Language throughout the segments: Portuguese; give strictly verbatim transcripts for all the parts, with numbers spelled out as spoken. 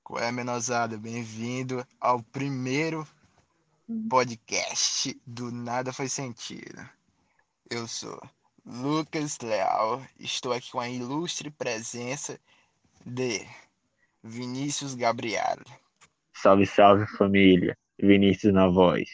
Qual é, menosada? Bem-vindo ao primeiro podcast do Nada Faz Sentido. Eu sou Lucas Leal, estou aqui com a ilustre presença de Vinícius Gabriel. Salve, salve família. Vinícius na voz.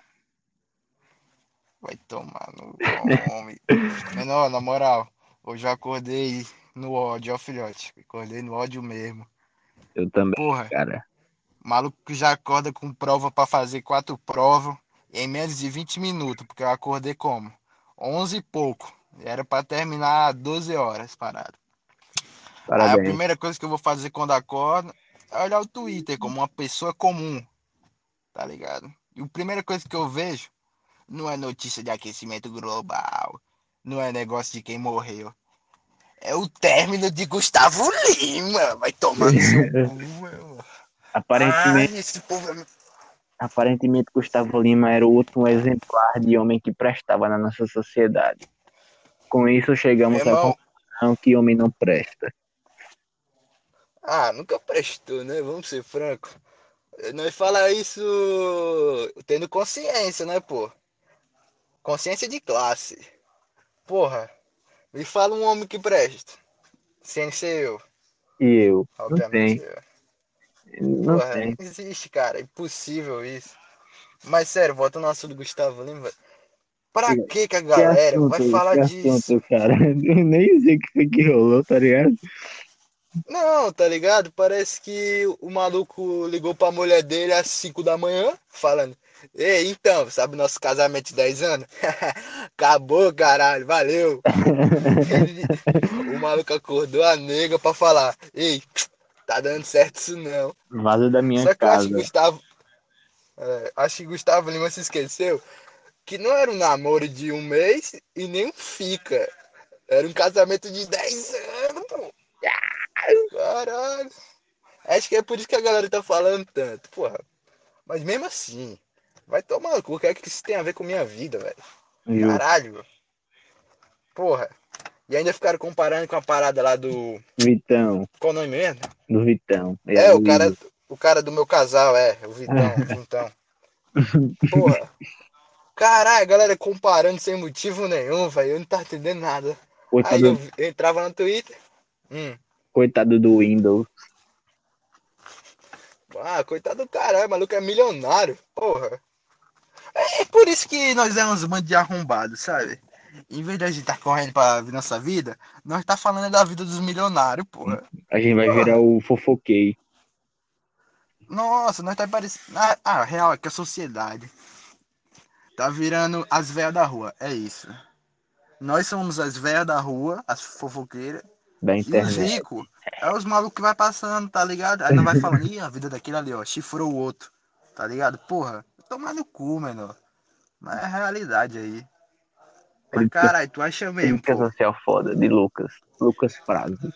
Vai tomar no homem. Menor, na moral, hoje eu acordei no ódio, ó filhote. Acordei no ódio mesmo. Eu também, Porra, cara. maluco que já acorda com prova pra fazer quatro provas em menos de vinte minutos, porque eu acordei como? Onze e pouco. Era pra terminar doze horas parado. Aí a Parabéns. primeira coisa que eu vou fazer quando acordo é olhar o Twitter como uma pessoa comum, tá ligado? E a primeira coisa que eu vejo não é notícia de aquecimento global, não é negócio de quem morreu. É o término de Gustavo Lima. Vai tomar no seu cu, meu. Ai, Aparentemente, esse povo é... aparentemente Gustavo Lima era o último exemplar de homem que prestava na nossa sociedade. Com isso, Meu chegamos à irmão, conclusão que homem não presta. ah, nunca prestou, né? Vamos ser franco. Nós fala isso tendo consciência, né, pô? Consciência de classe. Porra, me fala um homem que presta. Sem ser eu, E eu? Não obviamente tem. eu. Não Porra, tem. não existe, cara. É impossível isso. Mas sério, volta no assunto do Gustavo Lima. Pra que que a Que galera vai assunto, falar que disso? assunto, cara. Eu nem sei o que foi que rolou, tá ligado? Não, tá ligado? Parece que o maluco ligou pra mulher dele às cinco da manhã, falando: Ei, então, sabe nosso casamento de dez anos? Acabou, caralho, valeu. Ele- o maluco acordou a nega pra falar: Ei, tá dando certo isso não. Vaza da minha Só que eu acho que casa. Gustavo, é, acho que Gustavo Lima se esqueceu que não era um namoro de um mês e nem um fica. Era um casamento de dez anos, pô. Caralho. Acho que é por isso que a galera tá falando tanto, porra. Mas mesmo assim, vai tomar no cu, o que é que isso tem a ver com minha vida, velho? Viu? Caralho, porra. E ainda ficaram comparando com a parada lá do. Vitão. Qual o nome mesmo? Do Vitão. E É, o cara, aí? o cara do meu casal, é, o Vitão, o Vintão. Porra. Caralho, a galera comparando sem motivo nenhum, velho. Eu não tava entendendo nada. Aí eu, Coitado, eu entrava no Twitter. Hum. coitado do Windows. Ah, coitado do caralho, o maluco é milionário. Porra. É por isso que nós é uns bandos de arrombados, sabe? Em vez de a gente tá correndo pra ver nossa vida, nós tá falando da vida dos milionários, porra. A gente vai virar Porra. o fofoquei. Nossa, nós tá parecendo. Ah, a real é que a sociedade tá virando as velhas da rua. É isso. Nós somos as velhas da rua, as fofoqueiras, Da e os internet. ricos é os malucos que vai passando, tá ligado? Aí não vai falando, ih, a vida daquele ali, ó, chifrou o outro, tá ligado? Porra, tomar no cu, menor. Mas é a realidade aí. Mas Crítica, caralho, tu acha mesmo, crítica pô? social foda de Lucas. Lucas Frase.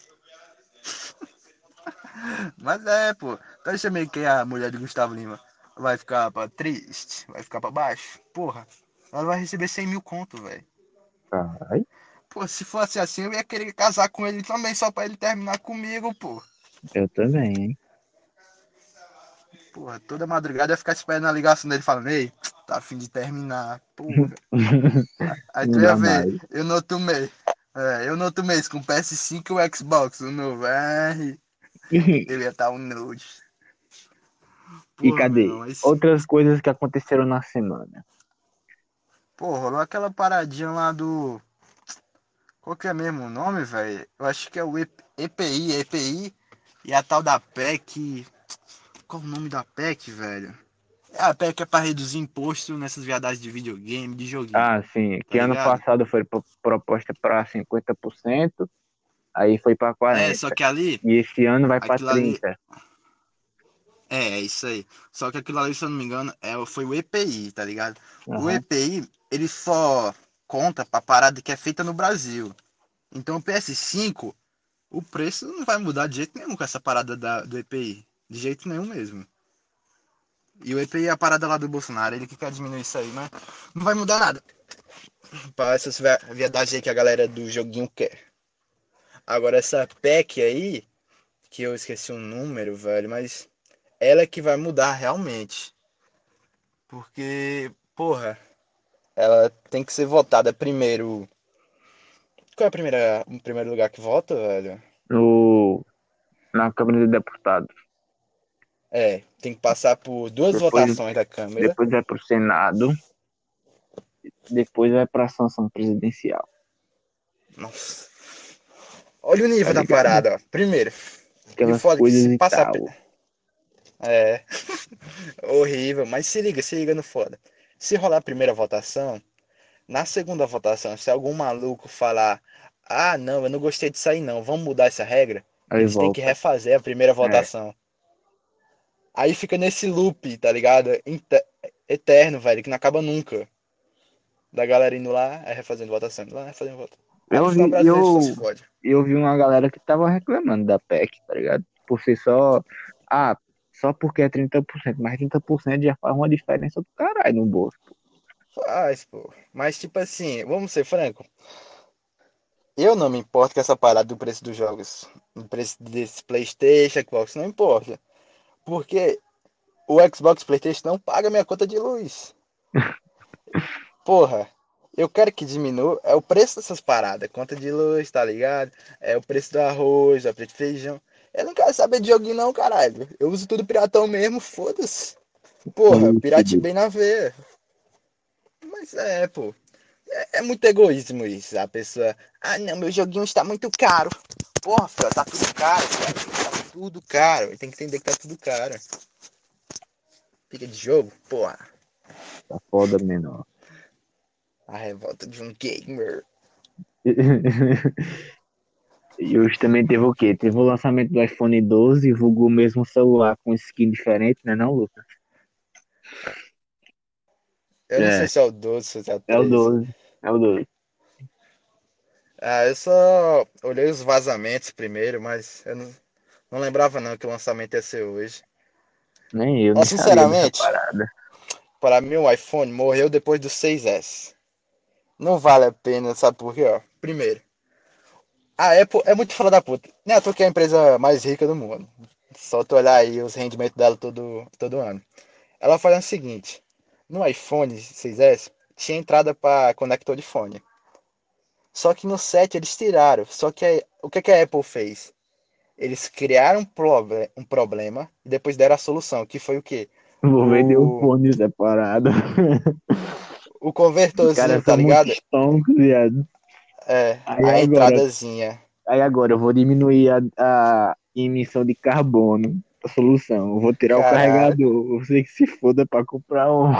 Mas é, pô. Tu acha meio que a mulher de Gustavo Lima vai ficar pra triste? Vai ficar pra baixo? Porra. Ela vai receber cem mil conto, velho. Ai, Pô, se fosse assim, eu ia querer casar com ele também, só pra ele terminar comigo, pô. eu também, hein? Porra, toda madrugada eu ia ficar esperando a ligação dele falando, ei, tá a fim de terminar, porra. Aí tu Não ia dá ver, mais. eu no outro mês. É, eu no outro mês com o P S cinco e o Xbox, o novo. R, eu ia estar um nude. E Porra, meu cadê? irmão, esse, Outras coisas que aconteceram na semana. pô, rolou aquela paradinha lá do. Qual que é mesmo o nome, velho? Eu acho que é o E P I, E P I e a tal da P E C. Qual o nome da P E C, velho? É a P E C é pra reduzir imposto nessas viadagens de videogame, de joguinho, Ah, sim. tá Que ano ligado? passado foi pro- proposta para cinquenta por cento, aí foi para É, só quarenta por cento. que ali, E esse ano vai para aquilo ali. trinta por cento. É, é isso aí. Só que aquilo ali, se eu não me engano, é, foi o E P I, tá ligado? O Aham. E P I, ele só conta pra parada que é feita no Brasil. Então o P S cinco, o preço não vai mudar de jeito nenhum com essa parada da, do E P I. De jeito nenhum mesmo. E o E P I é a parada lá do Bolsonaro, ele que quer diminuir isso aí, mas não vai mudar nada. Pra essas viadagens aí que a galera do joguinho quer. Agora essa P E C aí, que eu esqueci um número, velho, mas ela é que vai mudar realmente. Porque, porra, ela tem que ser votada primeiro. Qual é a primeira, o primeiro lugar que vota, velho? No, na Câmara de Deputados. É, tem que passar por duas Depois, votações da Câmara. depois vai pro Senado. Depois vai pra sanção presidencial. Nossa. Olha o Tá nível da ligado? parada, ó. Primeiro. E o Aquelas foda é que coisas se e passar. tal. É. Horrível. Mas se liga, se liga no foda. Se rolar a primeira votação, na segunda votação, se algum maluco falar: Ah, não, eu não gostei disso aí não, vamos mudar essa regra, Aí eles têm que volta. refazer a primeira É. votação. Aí fica nesse loop, tá ligado? Inte- Eterno, velho, que não acaba nunca. Da galera indo lá, aí refazendo votação, indo lá, refazendo votação. Aí no Eu final o vi, brasileiro só se eu, fode. eu vi uma galera que tava reclamando da P E C, tá ligado? Por ser só. Ah, só porque é trinta por cento, mas trinta por cento já faz uma diferença do caralho no bolso. Faz, pô. Mas tipo assim, vamos ser franco. Eu não me importo com essa parada do preço dos jogos. O preço desse Playstation, Xbox, não importa. Porque o Xbox Playstation não paga minha conta de luz. Porra, eu quero que diminua. É o preço dessas paradas. Conta de luz, tá ligado? É o preço do arroz, do preço de feijão. Eu não quero saber de joguinho não, caralho. Eu uso tudo piratão mesmo, foda-se. Porra, pirate Lúcido. bem na veia. Mas é, pô. É, é muito egoísmo isso. A pessoa, ah não, meu joguinho está muito caro. Porra, filho, tá tudo caro, cara. Tá tudo caro. Tem que entender que tá tudo caro. Fica de jogo, porra. Tá foda, menor. A revolta de um gamer. E hoje também teve o quê? Teve o lançamento do iPhone doze, vulgo o mesmo celular com skin diferente, né não, Lucas? Eu não sei É, se é o doze, se é o é o treze. doze. É o doze. Ah, eu só olhei os vazamentos primeiro, mas eu não, não lembrava não que o lançamento ia ser hoje. Nem eu, Ó, nem sabia dessa sinceramente, parada. para mim o iPhone morreu depois do seis S. Não vale a pena, sabe por quê? Ó? Primeiro, a Apple é muito fila da puta. Não é à toa que é a empresa mais rica do mundo. Só tu olhar aí os rendimentos dela todo, todo ano. Ela faz o seguinte: no iPhone seis S tinha entrada para conector de fone. Só que no sete eles tiraram. Só que a- o que, que a Apple fez? Eles criaram um, proble- um problema e depois deram a solução, que foi o quê? Vou vender o O, fone separado. o Os convertorzinho, caras tá são muito ligado? estômagos, viado. É, Aí a agora, entradazinha. aí agora eu vou diminuir a, a emissão de carbono. A solução, eu vou tirar o Caralho. carregador. Você que se foda pra comprar um.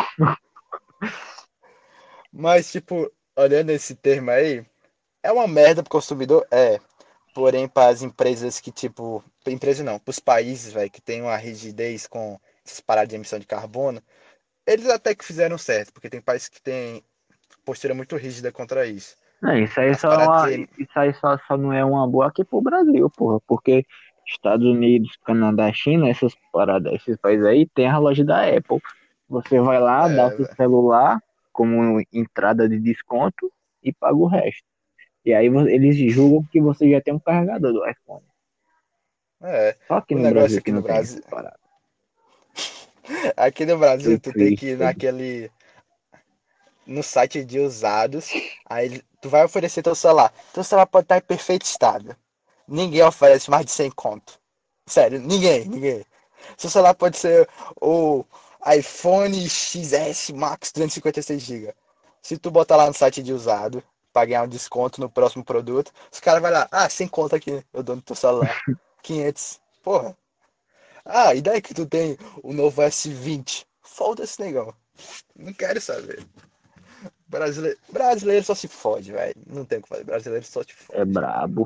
Mas, tipo, olhando esse termo aí, é uma merda pro consumidor? É. Porém, para as empresas que, tipo. Empresa não, para os países, velho, que tem uma rigidez com essas paradas de emissão de carbono, eles até que fizeram certo, porque tem países que tem postura muito rígida contra isso. Não, isso aí As só, é paradas uma, que. isso aí só, só não é uma boa aqui pro Brasil, porra. Porque Estados Unidos, Canadá, China, essas paradas, esses países aí, tem a loja da Apple. Você vai lá, dá o É, seu velho. celular como entrada de desconto e paga o resto. E aí vo- eles julgam que você já tem um carregador do iPhone. É. Só aqui O no Brasil negócio que aqui no não tem essa Brasil. parada. Aqui no Tô Brasil, tu tem que triste, ir tô triste. naquele. No site de usados. Aí tu vai oferecer teu celular. Teu celular pode estar em perfeito estado. Ninguém oferece mais de cem conto. Sério, ninguém, ninguém. Seu celular pode ser o iPhone X S Max duzentos e cinquenta e seis gigas. Se tu botar lá no site de usado, pra ganhar um desconto no próximo produto, os caras vão lá, ah, sem conta aqui, eu dou no teu celular. quinhentos. Porra. Ah, e daí que tu tem o novo S vinte? Foda-se, negão. Não quero saber. Brasileiro, brasileiro só se fode, velho. Não tem o que fazer. Brasileiro só te É fode. brabo.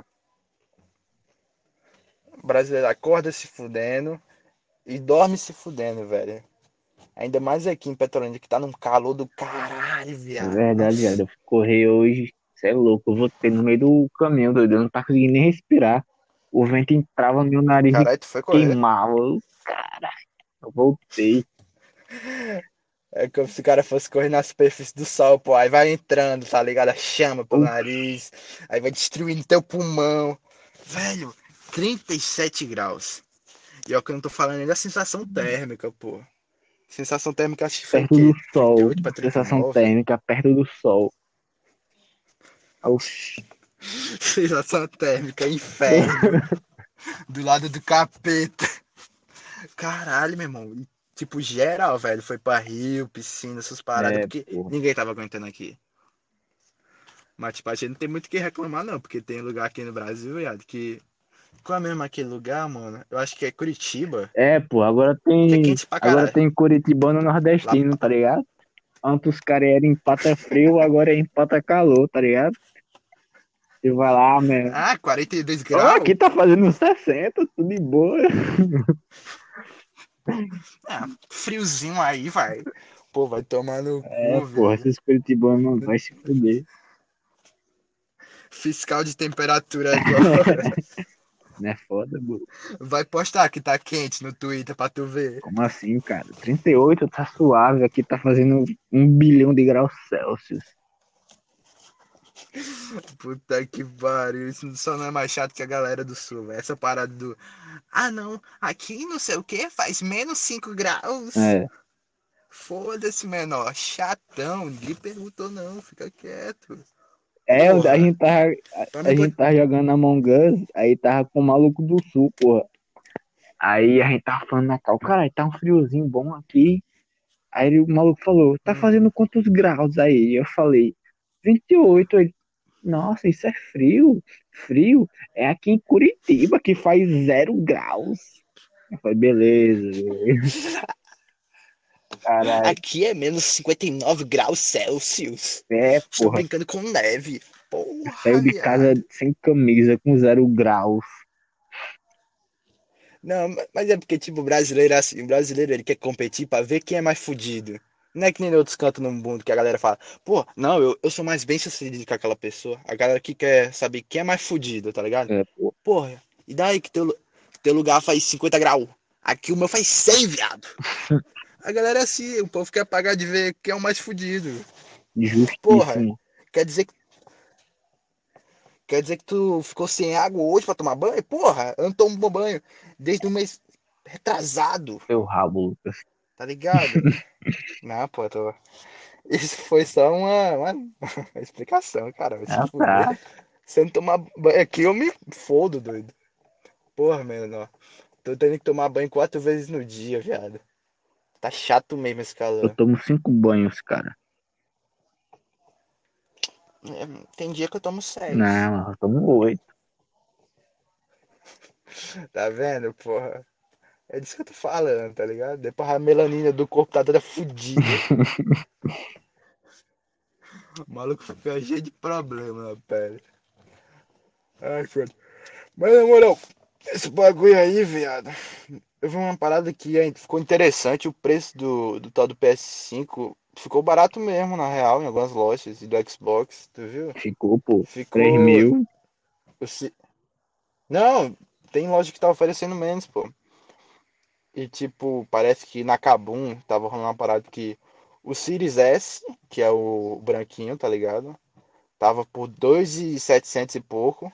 Brasileiro acorda se fudendo e dorme se fudendo, velho. Ainda mais aqui em Petrolândia, que tá num calor do caralho, É viado. verdade, Nossa. viado. Eu fui correr hoje. Você é louco. Eu vou ter no meio do caminho, doido. Eu não tá conseguindo nem respirar. O vento entrava no meu nariz e Caralho, tu foi correr. queimava. Eu, Caralho, eu voltei. É como se o cara fosse correr na superfície do sol, pô. Aí vai entrando, tá ligado? A chama pelo Ou nariz. Aí vai destruindo teu pulmão. Velho, trinta e sete graus. E é o que eu não tô falando nem da sensação térmica, pô. Sensação térmica acho que foi o Perto do quê? trinta e sol, oito para trinta e sensação nove térmica, perto do sol. Oxi. Sensação térmica, inferno. Do lado do capeta. Caralho, meu irmão. Tipo, geral, velho. Foi pra rio, piscina, essas paradas. É, Porque porra. ninguém tava aguentando aqui. Mas, tipo, a gente não tem muito o que reclamar, não. Porque tem lugar aqui no Brasil, viado, que... Qual é mesmo aquele lugar, mano? Eu acho que é Curitiba. É, pô, agora Que é tem. quente pra Agora caralho. tem Curitibano Lá... nordestino, tá ligado? Antes os caras eram empata frio, agora é empata calor, tá ligado? E vai lá, meu. Ah, quarenta e dois Ó, aqui graus? tá fazendo sessenta, tudo de boa. Ah, friozinho aí, vai. Pô, vai tomar no É, cu, porra, velho. esses curitibanos vai se fuder. Fiscal de temperatura agora. Não é foda, pô. Vai postar que tá quente no Twitter pra tu ver. Como assim, cara? trinta e oito tá suave, aqui tá fazendo um bilhão de graus Celsius. Puta que pariu. Isso só não é mais chato que a galera do sul, velho. Essa parada do. Ah, não. Aqui não sei o que faz menos cinco graus. É, Foda-se, menor. Chatão. Ninguém perguntou, não. Fica quieto. é, a Porra. gente tava, Pra a, não a gente botar. tava jogando Among Us, aí tava com o maluco do sul, porra. Aí a gente tava falando na cal, cara, tá um friozinho bom aqui. Aí ele- o maluco falou, tá Hum. fazendo quantos graus aí? Eu falei, vinte e oito. Ele, nossa, isso é frio? Frio? É aqui em Curitiba que faz zero graus. Eu falei, beleza, beleza. Caralho, Aqui é menos cinquenta e nove graus Celsius. é, Estou porra, brincando com neve. saiu Porra, de casa viado. sem camisa, com zero graus. Não, mas é porque, tipo, o brasileiro é assim. O brasileiro, ele quer competir pra ver quem é mais fudido. Não é que nem em outros cantos no mundo que a galera fala, pô, não, eu, eu sou mais bem sucedido que aquela pessoa. A galera que quer saber quem é mais fudido, tá ligado? É, pô, Porra, e daí que teu, lu- teu lugar faz cinquenta graus? Aqui o meu faz cem, viado. A galera é assim, o povo quer pagar de ver quem é o mais fudido. Porra, justíssimo. quer dizer que Quer dizer que tu ficou sem água hoje pra tomar banho? Porra, eu não tomo banho desde o mês retrasado, Seu rabo, Lucas. tá ligado? Não, pô, tô... Isso foi só uma, uma, uma explicação, cara. Vai se Ah, fuder. tá. Se eu não tomar banho aqui, eu me fodo, doido. Porra, menor. Tô tendo que tomar banho quatro vezes no dia, viado. Tá chato mesmo esse Eu calor. tomo cinco banhos, cara. É, tem dia que eu tomo seis. Não, eu tomo oito. Tá vendo, porra? É disso que eu tô falando, tá ligado? Depois a melanina do corpo tá toda fodida. O maluco fica cheio de problema na pele. Ai, foda. Mas na moral, esse bagulho aí, viado. Eu vi uma parada que aí ficou interessante. O preço do, do tal do P S cinco ficou barato mesmo, na real, em algumas lojas. E do Xbox, tu viu? Ficou, pô, três Ficou. mil. o ci- Não, tem loja que tá oferecendo menos, pô. E tipo, parece que na Kabum tava rolando uma parada que o Series S, que é o branquinho, tá ligado? Tava por dois mil e setecentos e pouco.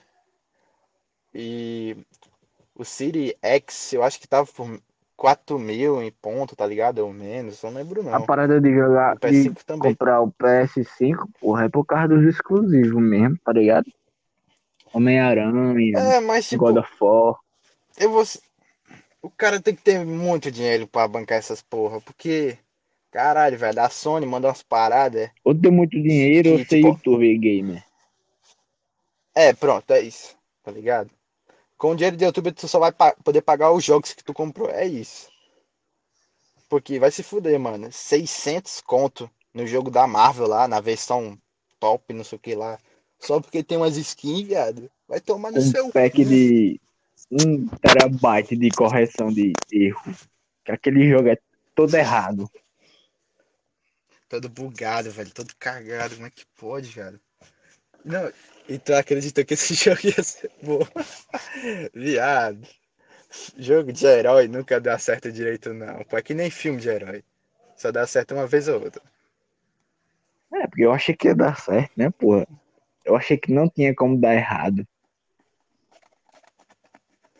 E o City X, eu acho que tava por quatro mil em ponto, tá ligado? Ou menos, não lembro A não. parada de E jogar, o P S de cinco também. comprar o P S cinco, porra, é por causa dos exclusivos mesmo, tá ligado? Homem-Aranha, É, mas God tipo, of War. eu vou. O cara tem que ter muito dinheiro pra bancar essas porra, porque, caralho, velho, a Sony manda umas paradas Ou ter muito dinheiro ou que, ser tipo, youtuber gamer. é, pronto, é isso, tá ligado? Com o dinheiro do YouTube tu só vai pa- poder pagar os jogos que tu comprou, é isso. Porque vai se fuder, mano. Seiscentos conto no jogo da Marvel lá, na versão top, não sei o que lá. Só porque tem umas skins, viado. Vai tomar no Com um seu pack cu. de um terabyte de correção de erro. Que aquele jogo é todo errado. Todo bugado, velho. Todo cagado. Como é que pode, velho? Não, e tu acreditou que esse jogo ia ser bom? Viado. Jogo de herói nunca dá certo direito, não. Pô, é que nem filme de herói. Só dá certo uma vez ou outra. É, porque eu achei que ia dar certo, né, porra? Eu achei que não tinha como dar errado.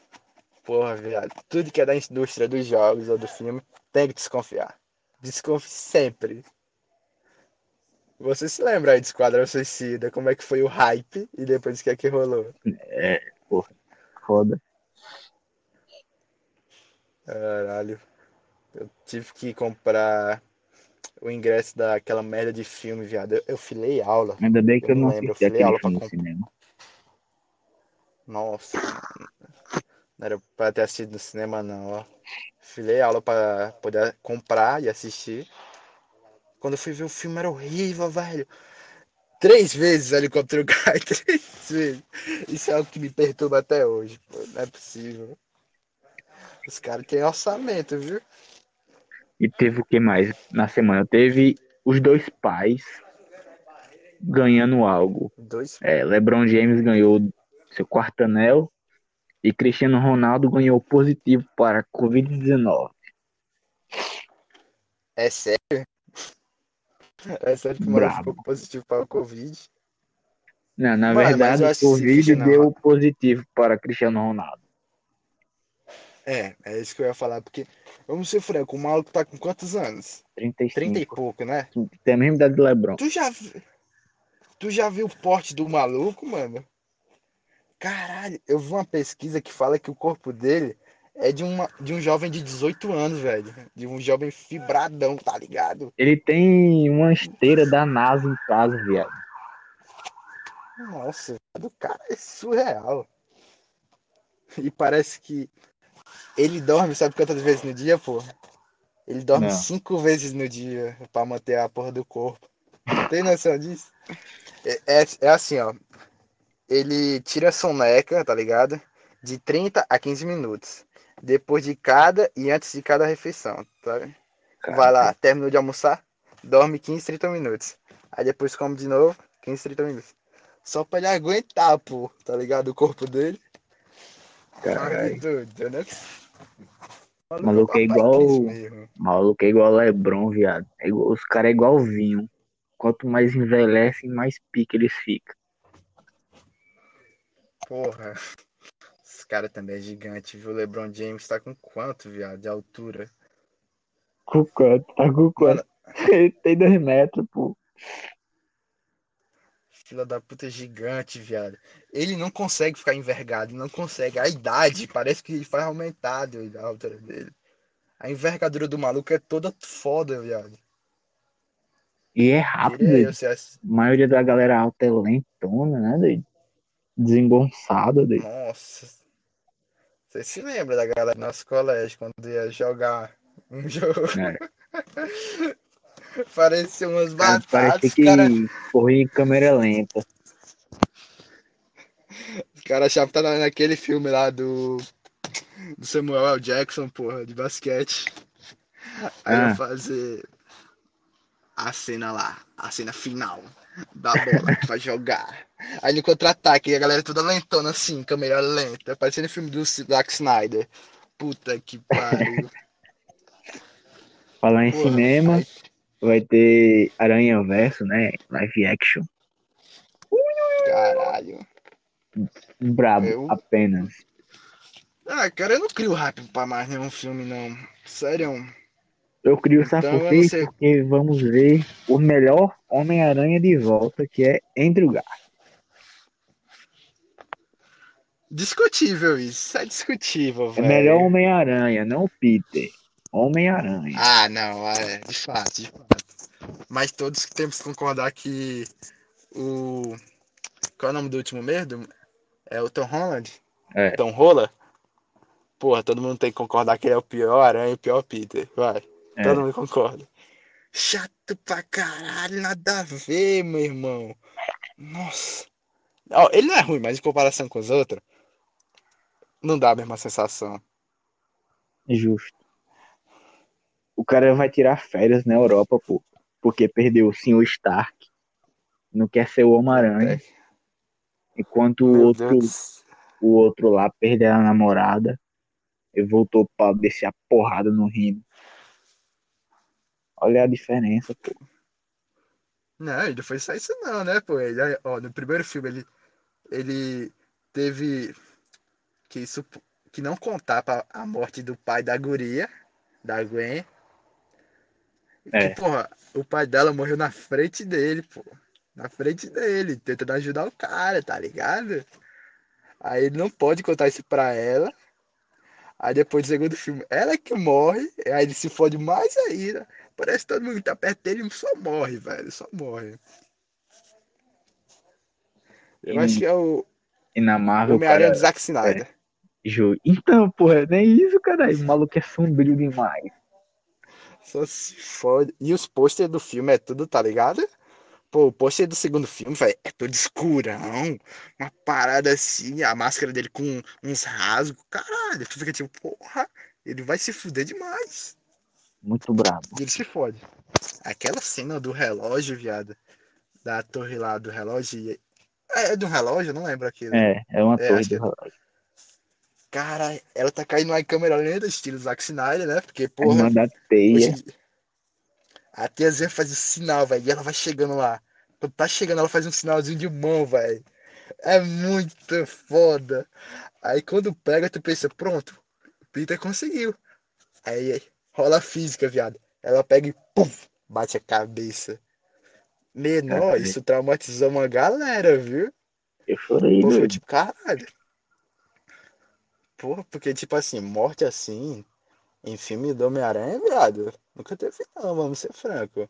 Porra, viado. Tudo que é da indústria dos jogos ou do filme, tem que desconfiar. Desconfie sempre. Você se lembra aí de Esquadrão Suicida, como é que foi o hype e depois o que é que rolou? É, porra, foda. Caralho, eu tive que comprar o ingresso daquela merda de filme, viado. Eu, eu filei aula. Ainda bem que Eu eu me não lembro, eu assisti filei aquele aula pra filme no comprar. cinema. Nossa, mano. Não era pra ter assistido no cinema, não, ó. Filei aula pra poder comprar e assistir. Quando eu fui ver o filme era horrível, velho. Três vezes o helicóptero cai, três vezes. Isso é algo que me perturba até hoje, pô. Não é possível. Os caras têm orçamento, viu? E teve o que mais na semana? Teve os dois pais ganhando algo. Dois. É, LeBron James ganhou seu quarto anel e Cristiano Ronaldo ganhou positivo para covid dezenove. É sério? É sério que o maluco ficou Brabo. positivo para o Covid? Não, na Mano, mas eu verdade, acho que se Covid Cristiano deu Ronaldo. positivo para Cristiano Ronaldo. É, é isso que eu ia falar, porque, vamos ser franco, o maluco tá com quantos anos? Trinta e trinta e cinco. pouco, né? Tem a mesma idade de LeBron. Tu já, vi- tu já viu o porte do maluco, mano? Caralho, eu vi uma pesquisa que fala que o corpo dele é de, uma, de um jovem de dezoito anos, velho. De um jovem fibradão, tá ligado? Ele tem uma esteira da NASA em casa, viado. Nossa, o cara é surreal. E parece que ele dorme, sabe quantas vezes no dia, pô? Ele dorme Não. cinco vezes no dia pra manter a porra do corpo. Tem noção disso? É, é, é assim, ó. Ele tira a soneca, tá ligado? De trinta a quinze minutos. Depois de cada e antes de cada refeição, tá? Vai lá, Caralho. terminou de almoçar, dorme quinze, trinta minutos. Aí depois come de novo, quinze, trinta minutos. Só pra ele aguentar, pô, tá ligado? O corpo dele. Ai, Caralho. doido, né? O maluco é o Maluco é papai Cris igual. mesmo. Maluco é igual LeBron, viado. É igual- Os caras é igual vinho. Quanto mais envelhecem, mais pique eles ficam. Porra. Esse cara também é gigante, viu? O LeBron James tá com quanto, viado, de altura? Com quanto? Tá com quanto? Mano, Ele tem dois metros, pô. fila da puta é gigante, viado. Ele não consegue ficar envergado, não consegue. A idade parece que faz aumentar a altura dele. A envergadura do maluco é toda foda, viado. E é rápido, Queria eu doido. ser assim. A maioria da galera alta é lentona, né, doido? Desengonçada, doido. Nossa. Você se lembra da galera do nosso colégio quando ia jogar um jogo? É. Parecia umas Cara, parecia batatas. Os caras que corria em câmera lenta. os cara achavam que tá naquele filme lá do, do Samuel L. Jackson, porra, de basquete. Aí eu Ah, fazer a cena lá, a cena final da bola que vai jogar. Aí no contra-ataque, a galera toda lentona assim, câmera lenta, parecendo o filme do Zack Snyder. Puta que pariu. falar em Porra, cinema, aí, vai ter Aranha Verso, né? Live action. caralho. Brabo, Eu. apenas. Ah, cara, eu não crio hype pra mais nenhum filme, não. Sério. Eu crio, sabe por Então, eu não quê? sei. Porque vamos ver o melhor Homem-Aranha de volta, que é Andrew Garfield. Discutível isso. É discutível, É melhor velho. Homem-Aranha, não Peter. Homem-Aranha. Ah, não, é, de fato, de fato. Mas todos temos que concordar que o. Qual é o nome do último mesmo? É o Tom Holland? É, Tom Rola? Porra, todo mundo tem que concordar que ele é o pior aranha e o pior Peter. Vai. Todo é. mundo concorda. Chato pra caralho, nada a ver, meu irmão. Nossa. Ó, ele não é ruim, mas em comparação com os outros, não dá a mesma sensação. Justo. O cara vai tirar férias na Europa, pô. Porque perdeu o senhor Stark. Não quer ser o Puta, Homem-Aranha. Enquanto o meu Deus do outro, céu. o outro lá perdeu a namorada. E voltou pra descer a porrada no Rio. Olha a diferença, pô. Não, ele não foi só isso não, né, pô? Ele, ó, no primeiro filme ele, ele teve que isso. que não contava a morte do pai da guria, da Gwen. Que, É, porra, o pai dela morreu na frente dele, pô. Na frente dele, tentando ajudar o cara, tá ligado? Aí ele não pode contar isso pra ela. Aí depois do segundo filme, ela é que morre. Aí ele se fode mais ainda. Parece que todo mundo que tá perto dele só morre, velho. Só morre. Eu acho e, que é o e na Marvel, Homem-Aranha cara, do Zack é, Snyder. Ju. Então, porra, nem isso, caralho. O maluco é sombrio demais. Só se fode. E os pôsteres do filme é tudo, tá ligado? Pô, o pôster do segundo filme, velho, é todo escurão. Uma parada assim, a máscara dele com uns rasgos. Caralho, tu fica tipo, porra, ele vai se fuder demais. Muito brabo. E ele se fode. Aquela cena do relógio, viado, da torre lá do relógio. e- É, é do relógio? Eu não lembro aquilo. É, é uma É, torre acho do que é. relógio. Cara, ela tá caindo uma câmera lenta, estilo Zack Snyder, né? Porque, Aí porra, manda a hoje teia. em dia, a tiazinha faz o sinal, velho, e ela vai chegando lá. Quando tá chegando, ela faz um sinalzinho de mão, velho. É muito foda. Aí quando pega, tu pensa, pronto, o Peter conseguiu. Aí rola a física, viado. Ela pega e pum, bate a cabeça. Menor, Caralho, isso traumatizou uma galera, viu? eu chorei, Pô, ficou doido. tipo, caralho. Porra, porque tipo assim, morte assim, em filme do Homem-Aranha, viado. Nunca teve não, vamos ser franco.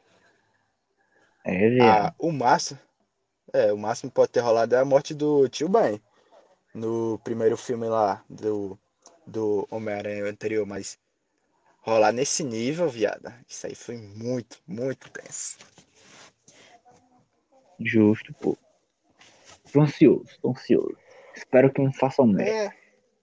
É, Ah, viado. o máximo, é, o máximo que pode ter rolado é a morte do Tio Ben. No primeiro filme lá, do, do Homem-Aranha anterior, mas rolar nesse nível, viada, isso aí foi muito, muito tenso. Justo, pô. Tô ansioso, tô ansioso. Espero que não façam merda. É,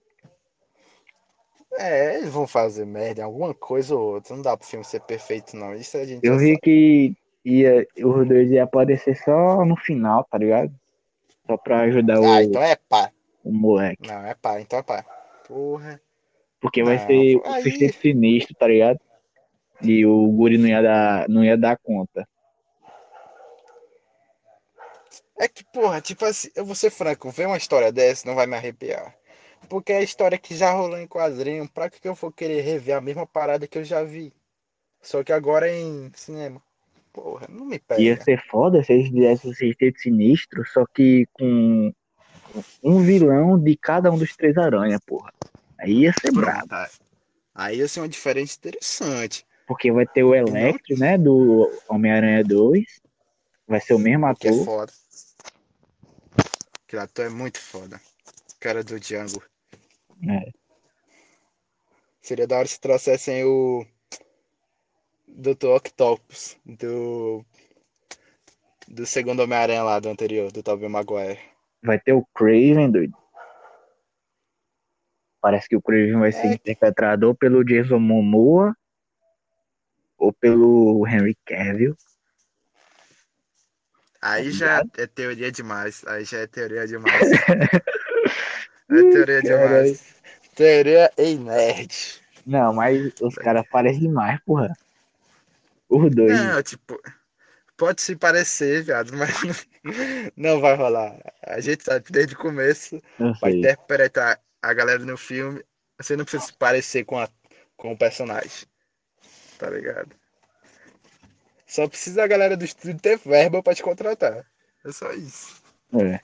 é, eles vão fazer merda em alguma coisa ou outra. Não dá pro filme ser perfeito, não. Isso a gente Eu já vi sabe. que ia, os dois iam aparecer só no final, tá ligado? Só pra ajudar Ah, o, então é pá. o moleque. Não, é pá, então é pá. Porra. Porque vai Não, ser pô, o aí. sexteto sinistro, tá ligado? E o Guri não ia dar, não ia dar conta. É que, porra, tipo assim, eu vou ser franco, ver uma história dessa não vai me arrepiar. Porque é a história que já rolou em quadrinho, pra que que eu vou querer rever a mesma parada que eu já vi? Só que agora é em cinema. Porra, não me Ia pega. ser foda se eles fizessem o sexteto sinistro, só que com um vilão de cada um dos três aranha, porra. Aí ia ser brabo. Pronto, aí aí ia ser uma diferença interessante. Porque vai ter o E não Electro, né, do Homem-Aranha dois. Vai ser o mesmo o que é ator. foda. Que ator é muito foda. Cara do Django. É, Seria da hora se trouxessem o doutor Octopus do, do segundo Homem-Aranha lá, do anterior, do Tobey Maguire. vai ter o Craven, doido. Parece que o Craven vai ser É, interpretado ou pelo Jason Momoa ou pelo Henry Cavill, tá aí já ligado? é teoria demais. Aí já é teoria demais. É Ih, teoria caralho. demais. Teoria em nerd. Não, mas os caras parecem demais, porra. Os dois, Não, tipo, pode se parecer, viado, mas não vai rolar. A gente sabe desde o começo, não pra sei. interpretar a galera no filme, você não precisa se parecer com, a, com o personagem, tá ligado? Só precisa a galera do estúdio ter verba pra te contratar. É só isso. É,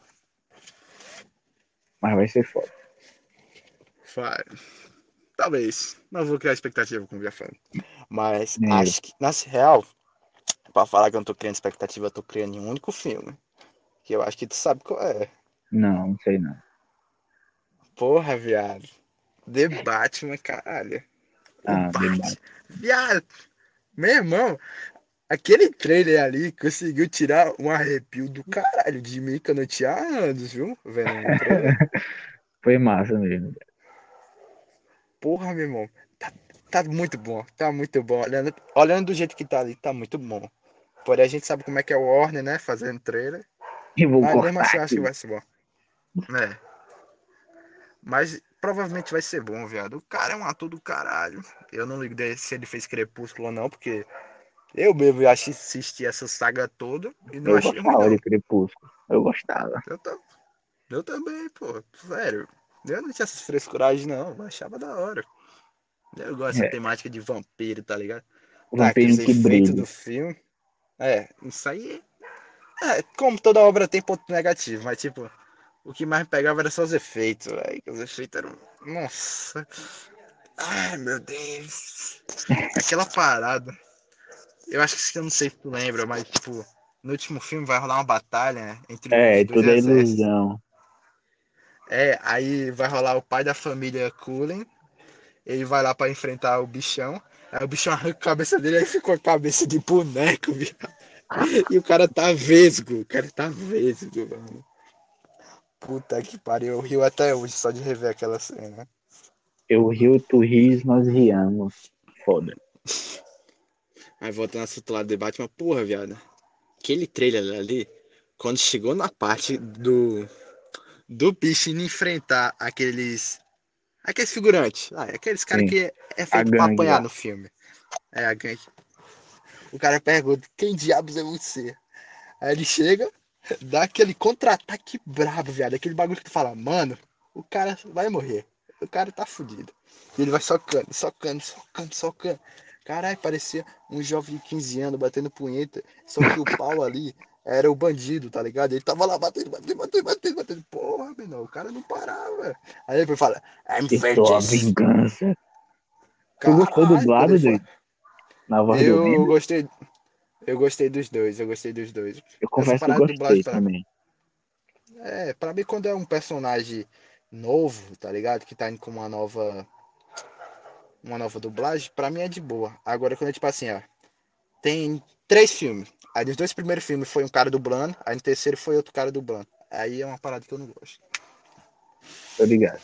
mas vai ser foda. Vai. Talvez. Não vou criar expectativa com o Biafran. Mas Nem eu. acho que, na real, pra falar que eu não tô criando expectativa, eu tô criando um único filme. Que eu acho que tu sabe qual é. Não, não sei não. Porra, viado. The Batman, caralho. O Ah, Bat. debate. Viado. Meu irmão, aquele trailer ali conseguiu tirar um arrepio do caralho de mim que eu não tinha há anos, viu? Vendo um trailer. Foi massa mesmo. Porra, meu irmão. Tá, tá muito bom. Tá muito bom. Olhando, olhando do jeito que tá ali, tá muito bom. Porém, a gente sabe como é que é o Warner, né? Fazendo trailer. E vou Mas mesmo cortar assim, eu acho que aqui. vai ser bom. É. Mas provavelmente vai ser bom, viado. O cara é um ator do caralho. Eu não ligo de- se ele fez Crepúsculo ou não, porque eu mesmo já assisti essa saga toda e não Eu achei ruim, gostava de não. Crepúsculo. Eu gostava. Eu, tam- eu também, pô. Sério. Eu não tinha essas frescuragens, não. Eu achava da hora. Eu gosto dessa É, temática de vampiro, tá ligado? o Tá, que os vampirinho que efeitos brilha. do filme. É, isso aí. É, como toda obra tem ponto negativo, mas tipo, o que mais me pegava era só os efeitos, velho. Os efeitos eram. Nossa. Ai, meu Deus. Aquela parada. Eu acho que eu não sei se tu lembra, mas tipo, no último filme vai rolar uma batalha, né, entre os É, dois tudo é exércitos. ilusão. É, aí vai rolar o pai da família Cullen. Ele vai lá pra enfrentar o bichão. Aí o bichão arranca a cabeça dele, aí ficou a cabeça de boneco, viado. E o cara tá vesgo, o cara tá vesgo, mano. Puta que pariu, eu rio até hoje só de rever aquela cena. Eu rio, tu ris, nós riamos. Foda. Aí voltando a assunto lá do debate, mas porra, viado. Aquele trailer ali, quando chegou na parte do, do bicho indo enfrentar aqueles. Aqueles figurantes, ah, aqueles caras Sim, que é, é a feito pra gangue apanhar lá. no filme. É, a gangue. O cara pergunta: quem diabos é você? Aí ele chega, dá aquele contra-ataque brabo, viado. Aquele bagulho que tu fala, mano, o cara vai morrer. O cara tá fudido. E ele vai socando, socando, socando, socando. Caralho, parecia um jovem de quinze anos batendo punheta. Só que o pau ali era o bandido, tá ligado? Ele tava lá batendo, batendo, batendo, batendo, batendo. Porra, menino, o cara não parava. Aí ele fala, I'm Eu sou a vengeance. vingança. Tu gostou do Caralho, quando ele dublado, fala. doido? Na voz do Eu Endo? gostei, eu gostei dos dois, eu gostei dos dois. Eu Essa confesso que eu parada de dublagem gostei pra também. É, pra mim quando é um personagem novo, tá ligado? Que tá indo com uma nova, uma nova dublagem, pra mim é de boa. Agora quando é tipo assim, ó, tem três filmes. Aí nos dois primeiros filmes foi um cara dublando, aí no terceiro foi outro cara dublando. Aí é uma parada que eu não gosto. Tô ligado.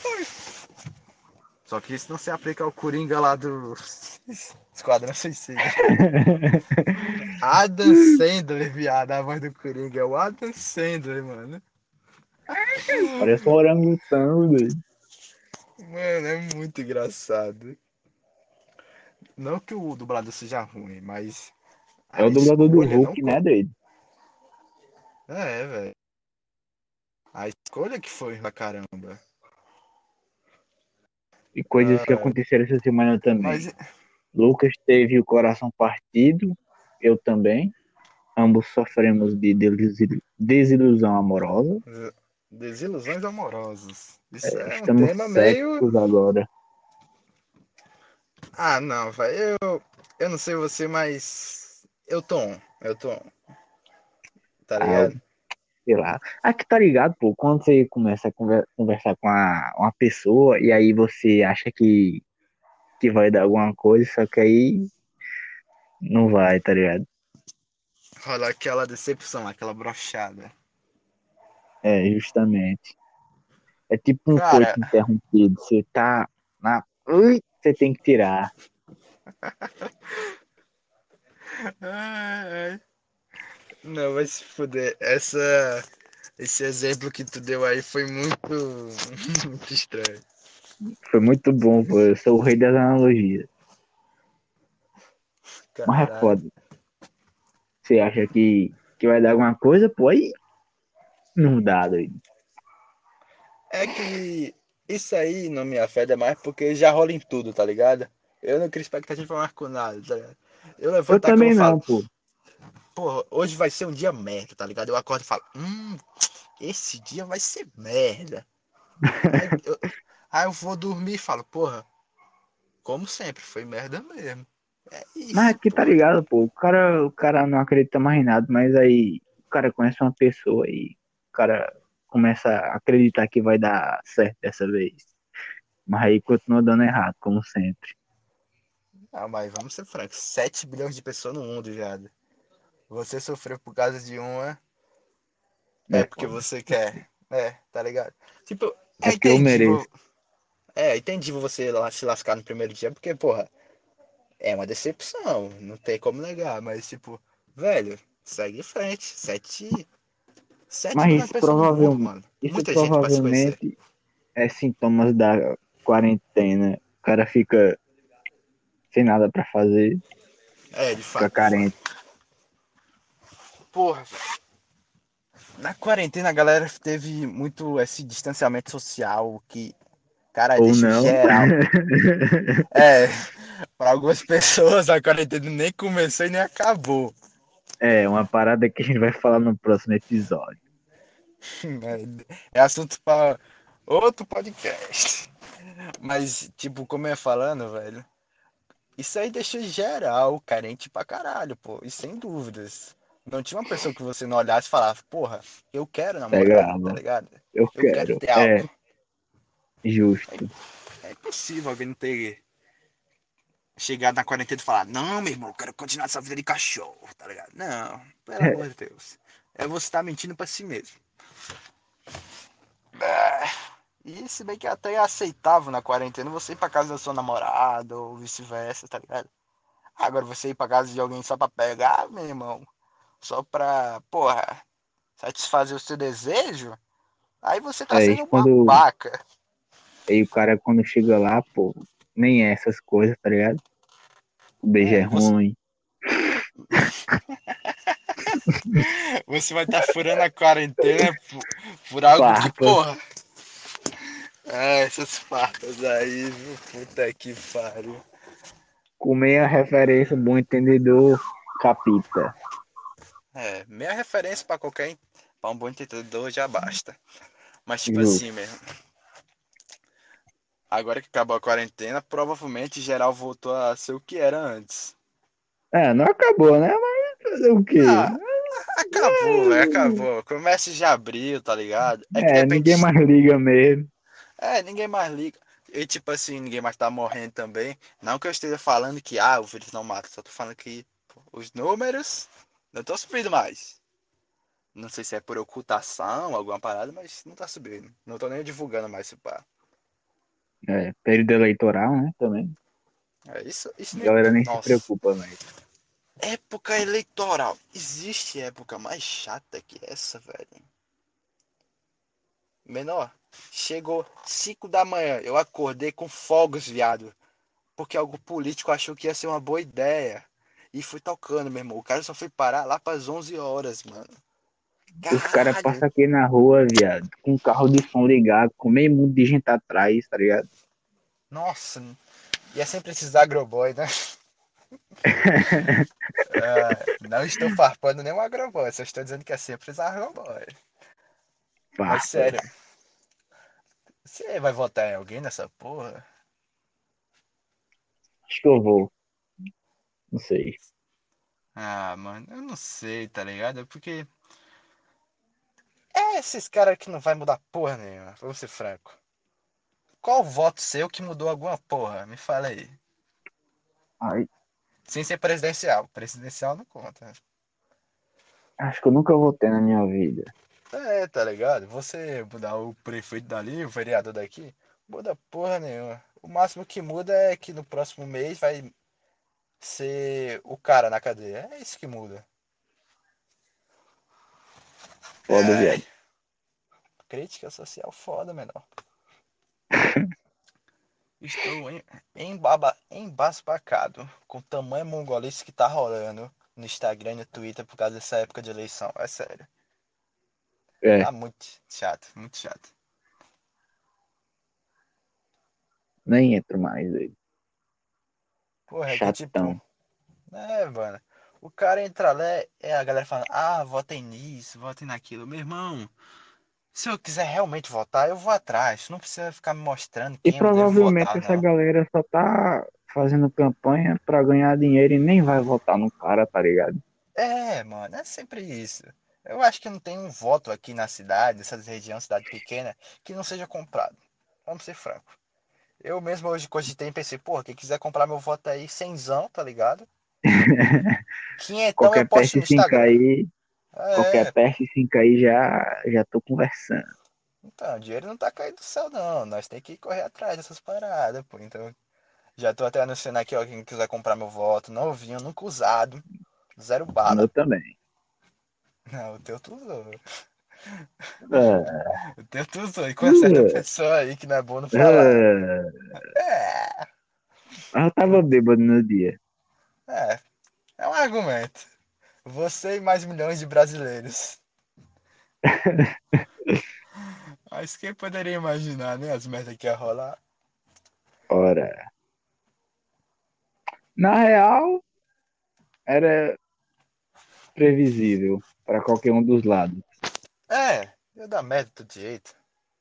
Só que isso não se aplica ao Coringa lá do Esquadrão Suicida. Adam Sandler, viado, a voz do Coringa é o Adam Sandler, mano. Parece um orangotão, doido. Mano, é muito engraçado. Não que o dublado seja ruim, mas É a o dublador do escolha não. Hulk, né, doido? É, velho. A escolha que foi pra caramba. E coisas que Ah, aconteceram essa semana também. mas Lucas teve o coração partido, eu também. Ambos sofremos de desil- desilusão amorosa. eh, desilusões amorosas. Isso É, é um estamos tema meio. céticos agora. Ah, não, velho. Eu, eu não sei você, mas. Eu tô on. Eu tô on. Tá Ah, ligado? sei lá. Aqui tá ligado, pô, quando você começa a conver- conversar com a, uma pessoa e aí você acha que, que vai dar alguma coisa, só que aí não vai, tá ligado? Rola aquela decepção, aquela brochada. É, justamente. É tipo um Cara, coito interrompido. Você tá na. Ui, você tem que tirar. ai, ai. Não, vai se fuder. Essa. Esse exemplo que tu deu aí foi muito. muito estranho. Foi muito bom, pô. Eu sou o rei das analogias. Mas é Caralho. foda. Você acha que, que vai dar alguma coisa, pô, aí não dá, doido. É que isso aí não me afeta mais porque já rola em tudo, tá ligado? Eu não crio expectativa mais com nada, tá ligado? Eu Eu levanto da cama também e falo, não, pô. porra, hoje vai ser um dia merda, tá ligado? Eu acordo e falo, hum, esse dia vai ser merda. Aí eu, aí eu vou dormir e falo, porra, como sempre, foi merda mesmo. É Mas isso, aqui tá porra. ligado, pô. O cara, o cara não acredita mais em nada, mas aí o cara conhece uma pessoa e o cara começa a acreditar que vai dar certo dessa vez. Mas aí continua dando errado, como sempre. Ah, mas vamos ser francos, sete bilhões de pessoas no mundo, viado. Você sofreu por causa de uma, É é porque foda. você quer. É, tá ligado? Tipo, É é porque eu entendível. mereço. É, entendi você lá se lascar no primeiro dia, porque, porra, é uma decepção, não tem como negar, mas, tipo, velho, segue em frente. Sete, sete Mas bilhões de isso pessoas no mundo, provavelmente, mano. isso Muita gente pra se conhecer. provavelmente é sintomas da quarentena. O cara fica sem nada pra fazer, É, de fica fato, de fato. carente. Porra, Na quarentena a galera teve muito esse distanciamento social que, cara, Ou deixa não. geral. É, para algumas pessoas a quarentena nem começou e nem acabou. É, uma parada que a gente vai falar no próximo episódio. É assunto para outro podcast. Mas, tipo, como eu ia falando, velho, isso aí deixou geral carente pra caralho, pô. E sem dúvidas. Não tinha uma pessoa que você não olhasse e falasse, porra, eu quero namorar, tá Pegava. ligado? Eu Eu quero quero. ter algo. É, justo. É impossível alguém não ter chegado na quarentena e falar, não, meu irmão, eu quero continuar essa vida de cachorro, tá ligado? Não, pelo amor de Deus. É você estar mentindo pra si mesmo. É, e se bem que até é aceitável na quarentena você ir pra casa da sua namorada ou vice-versa, tá ligado? Agora você ir pra casa de alguém só pra pegar, meu irmão, só pra, porra, satisfazer o seu desejo, aí você tá É, e sendo quando. babaca. Aí o cara quando chega lá, pô, nem é essas coisas, tá ligado? O beijo É, é e você, ruim. você vai estar tá furando a quarentena por, por algo que, Farpas. porra. Ah, essas farpas aí, viu? Puta que pariu. Com meia referência, bom entendedor, capita. É, meia referência pra qualquer. Pra um bom entendedor já basta. Mas, tipo assim Justo. mesmo. Agora que acabou a quarentena, provavelmente geral voltou a ser o que era antes. É, não acabou, né? Mas fazer o quê? Ah, acabou, velho, acabou. Comércio já abriu, tá ligado? É que É, ninguém depende. mais liga mesmo. É, ninguém mais liga. E tipo assim, ninguém mais tá morrendo também. Não que eu esteja falando que ah, o vírus não mata, só tô falando que pô, os números não estão subindo mais. Não sei se é por ocultação, alguma parada, mas não tá subindo. Não tô nem divulgando mais esse pá. É, período eleitoral, né? Também. É isso, isso A nem. galera nem se Nossa. preocupa mais. Época eleitoral. Existe época mais chata que essa, velho? Menor, chegou cinco da manhã, eu acordei com fogos, viado. Porque algum político achou que ia ser uma boa ideia. E fui tocando, meu irmão. O cara só foi parar lá pras onze horas, mano. Os caras Caralho. passam aqui na rua, viado, com carro de som ligado, com meio mundo de gente atrás, tá ligado? Nossa. E é sempre esses agroboy, né? Ah, não estou farpando nenhum agroboy, só estou dizendo que é sempre os agroboy. Mas Farpas. sério, você vai votar em alguém nessa porra? Acho que eu vou. Não sei. Ah, mano, eu não sei, tá ligado? Porque é esses caras que não vai mudar porra nenhuma, vamos ser franco. Qual voto seu que mudou alguma porra? Me fala aí. Ai, Sem ser presidencial. Presidencial não conta. acho que eu nunca votei na minha vida. É, tá ligado? Você mudar o prefeito dali, o vereador daqui, muda porra nenhuma. O máximo que muda é que no próximo mês vai ser o cara na cadeia. É isso que muda. Foda, É, viado. crítica social foda, menor. Estou em, embaba, embasbacado com o tamanho mongolice que tá rolando no Instagram e no Twitter por causa dessa época de eleição. É sério. É, Tá muito chato, muito chato. nem entro mais, velho. Porra, é que tipo, Chatão. é, mano. O cara entra lá, é a galera falando, ah, votem nisso, votem naquilo. Meu irmão, se eu quiser realmente votar, eu vou atrás. Não precisa ficar me mostrando E quem eu devo provavelmente votar, essa não. galera só tá fazendo campanha pra ganhar dinheiro e nem vai votar no cara, tá ligado? É, mano, é sempre isso. Eu acho que não tem um voto aqui na cidade, nessa região, cidade pequena, que não seja comprado. Vamos ser francos. Eu mesmo hoje cogitei e pensei, porra, quem quiser comprar meu voto aí, cenzão, tá ligado? Quinhentão eu Qualquer posto peste no assim Instagram. cair, qualquer É, peste assim cair já, já tô conversando. então, o dinheiro não tá caindo do céu, não. Nós tem que correr atrás dessas paradas, pô. Então, já tô até anunciando aqui, ó, quem quiser comprar meu voto, novinho, nunca usado, zero O meu bala. também. Não, o teu tu usou. Ah, O teu tu usou. E com uma certa uh, pessoa aí que não é bom não falar. ah. É, Eu tava bêbado no dia. é, é um argumento. Você e mais milhões de brasileiros. Mas quem poderia imaginar, né? As merdas que ia rolar. Ora, na real, era previsível para qualquer um dos lados. É, ia dar merda de todo jeito.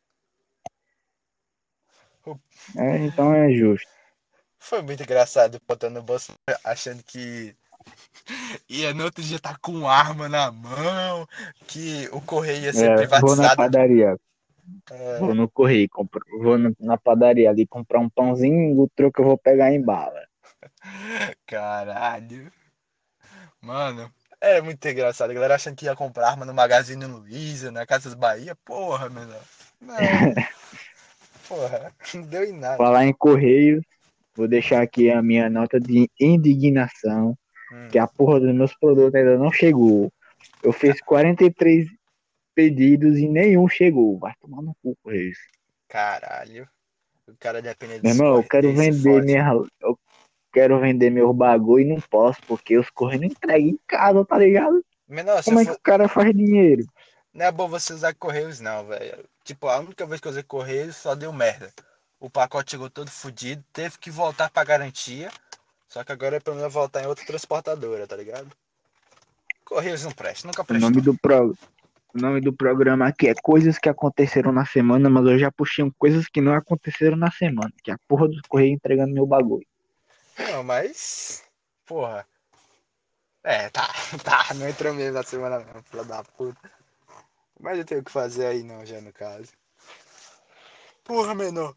É, então é justo. Foi muito engraçado botando no bolso, achando que ia no outro dia estar com arma na mão, que o correio ia ser É, vou na privatizado. padaria, vou É, no correio, compro, vou no- na padaria ali comprar um pãozinho, o troco eu vou pegar em bala. caralho. Mano, é muito engraçado. A galera achando que ia comprar arma no Magazine Luiza, na Casas Bahia. Porra, menor. Não, porra, não deu em nada. Falar em correio, vou deixar aqui a minha nota de indignação, Hum, que a porra dos meus produtos ainda não chegou. Eu fiz quarenta e três pedidos e nenhum chegou. Vai tomar no cu, Correios. caralho. O cara depende Meu dos irmão, eu quero Correios, se vender fode. minha, eu quero vender meu bagulho e não posso, porque os Correios não entregam em casa, tá ligado? Menor, se Como é que for. o cara faz dinheiro? Não é bom você usar Correios, não, velho. Tipo, a única vez que eu usei Correios só deu merda. O pacote chegou todo fodido, teve que voltar pra garantia. Só que agora é pra mim voltar em outra transportadora, tá ligado? Correios não presta, nunca O nome prestou. do, pro, o nome do programa aqui é Coisas que Aconteceram na Semana, mas eu já puxei um coisas que não aconteceram na semana, que é a porra dos Correios entregando meu bagulho. Não, mas. Porra. É, tá, tá, não entrou mesmo na semana não, filha da puta. Mas eu tenho o que fazer aí não, já no caso. Porra, menor.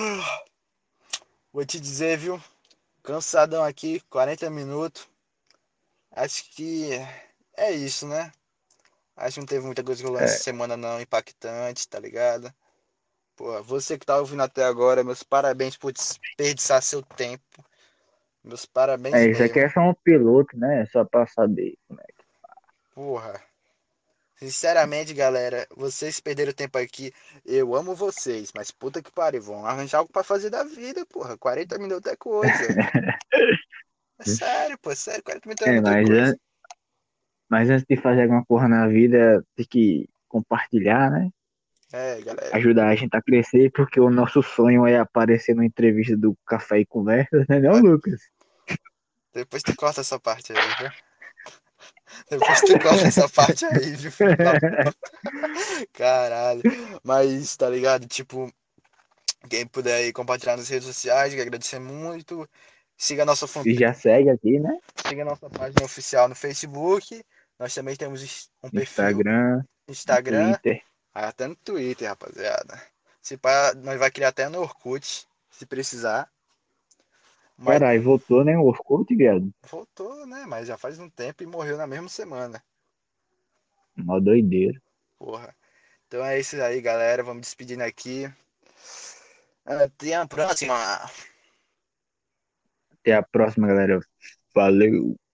Vou te dizer, viu? Cansadão aqui, quarenta minutos. Acho que é isso, né? Acho que não teve muita coisa que rolou essa É, semana não, impactante, tá ligado? Pô, você que tá ouvindo até agora, meus parabéns por desperdiçar seu tempo. Meus parabéns é, isso aqui mesmo. é só um piloto, né? Só pra saber como é. Porra. Sinceramente, galera, vocês perderam tempo aqui. Eu amo vocês, mas puta que pariu, vão arranjar algo pra fazer da vida, porra. Quarenta minutos é coisa. É sério, pô, é sério, quarenta minutos é É, muita mas, coisa. an- mas antes de fazer alguma porra na vida, tem que compartilhar, né? É, galera. Ajudar a gente a crescer, porque o nosso sonho é aparecer na entrevista do Café e Conversas, né, não, Ó, Lucas? depois tu corta essa parte aí, viu? Depois tu corta essa parte aí, viu, filho da puta? Caralho. Mas, tá ligado? Tipo, quem puder aí compartilhar nas redes sociais, que agradecer muito. Siga a nossa E fanpage, já segue aqui, né? siga a nossa página oficial no Facebook. Nós também temos um perfil Instagram, no Instagram, Twitter. até no Twitter, rapaziada. Se pá, nós vai criar até no Orkut, se precisar. Mas Caralho, voltou, né? O Orkut, viado. voltou, né? Mas já faz um tempo e morreu na mesma semana. Mó doideira. Porra. Então é isso aí, galera. Vamos despedindo aqui. Até a próxima. Até a próxima, galera. Valeu.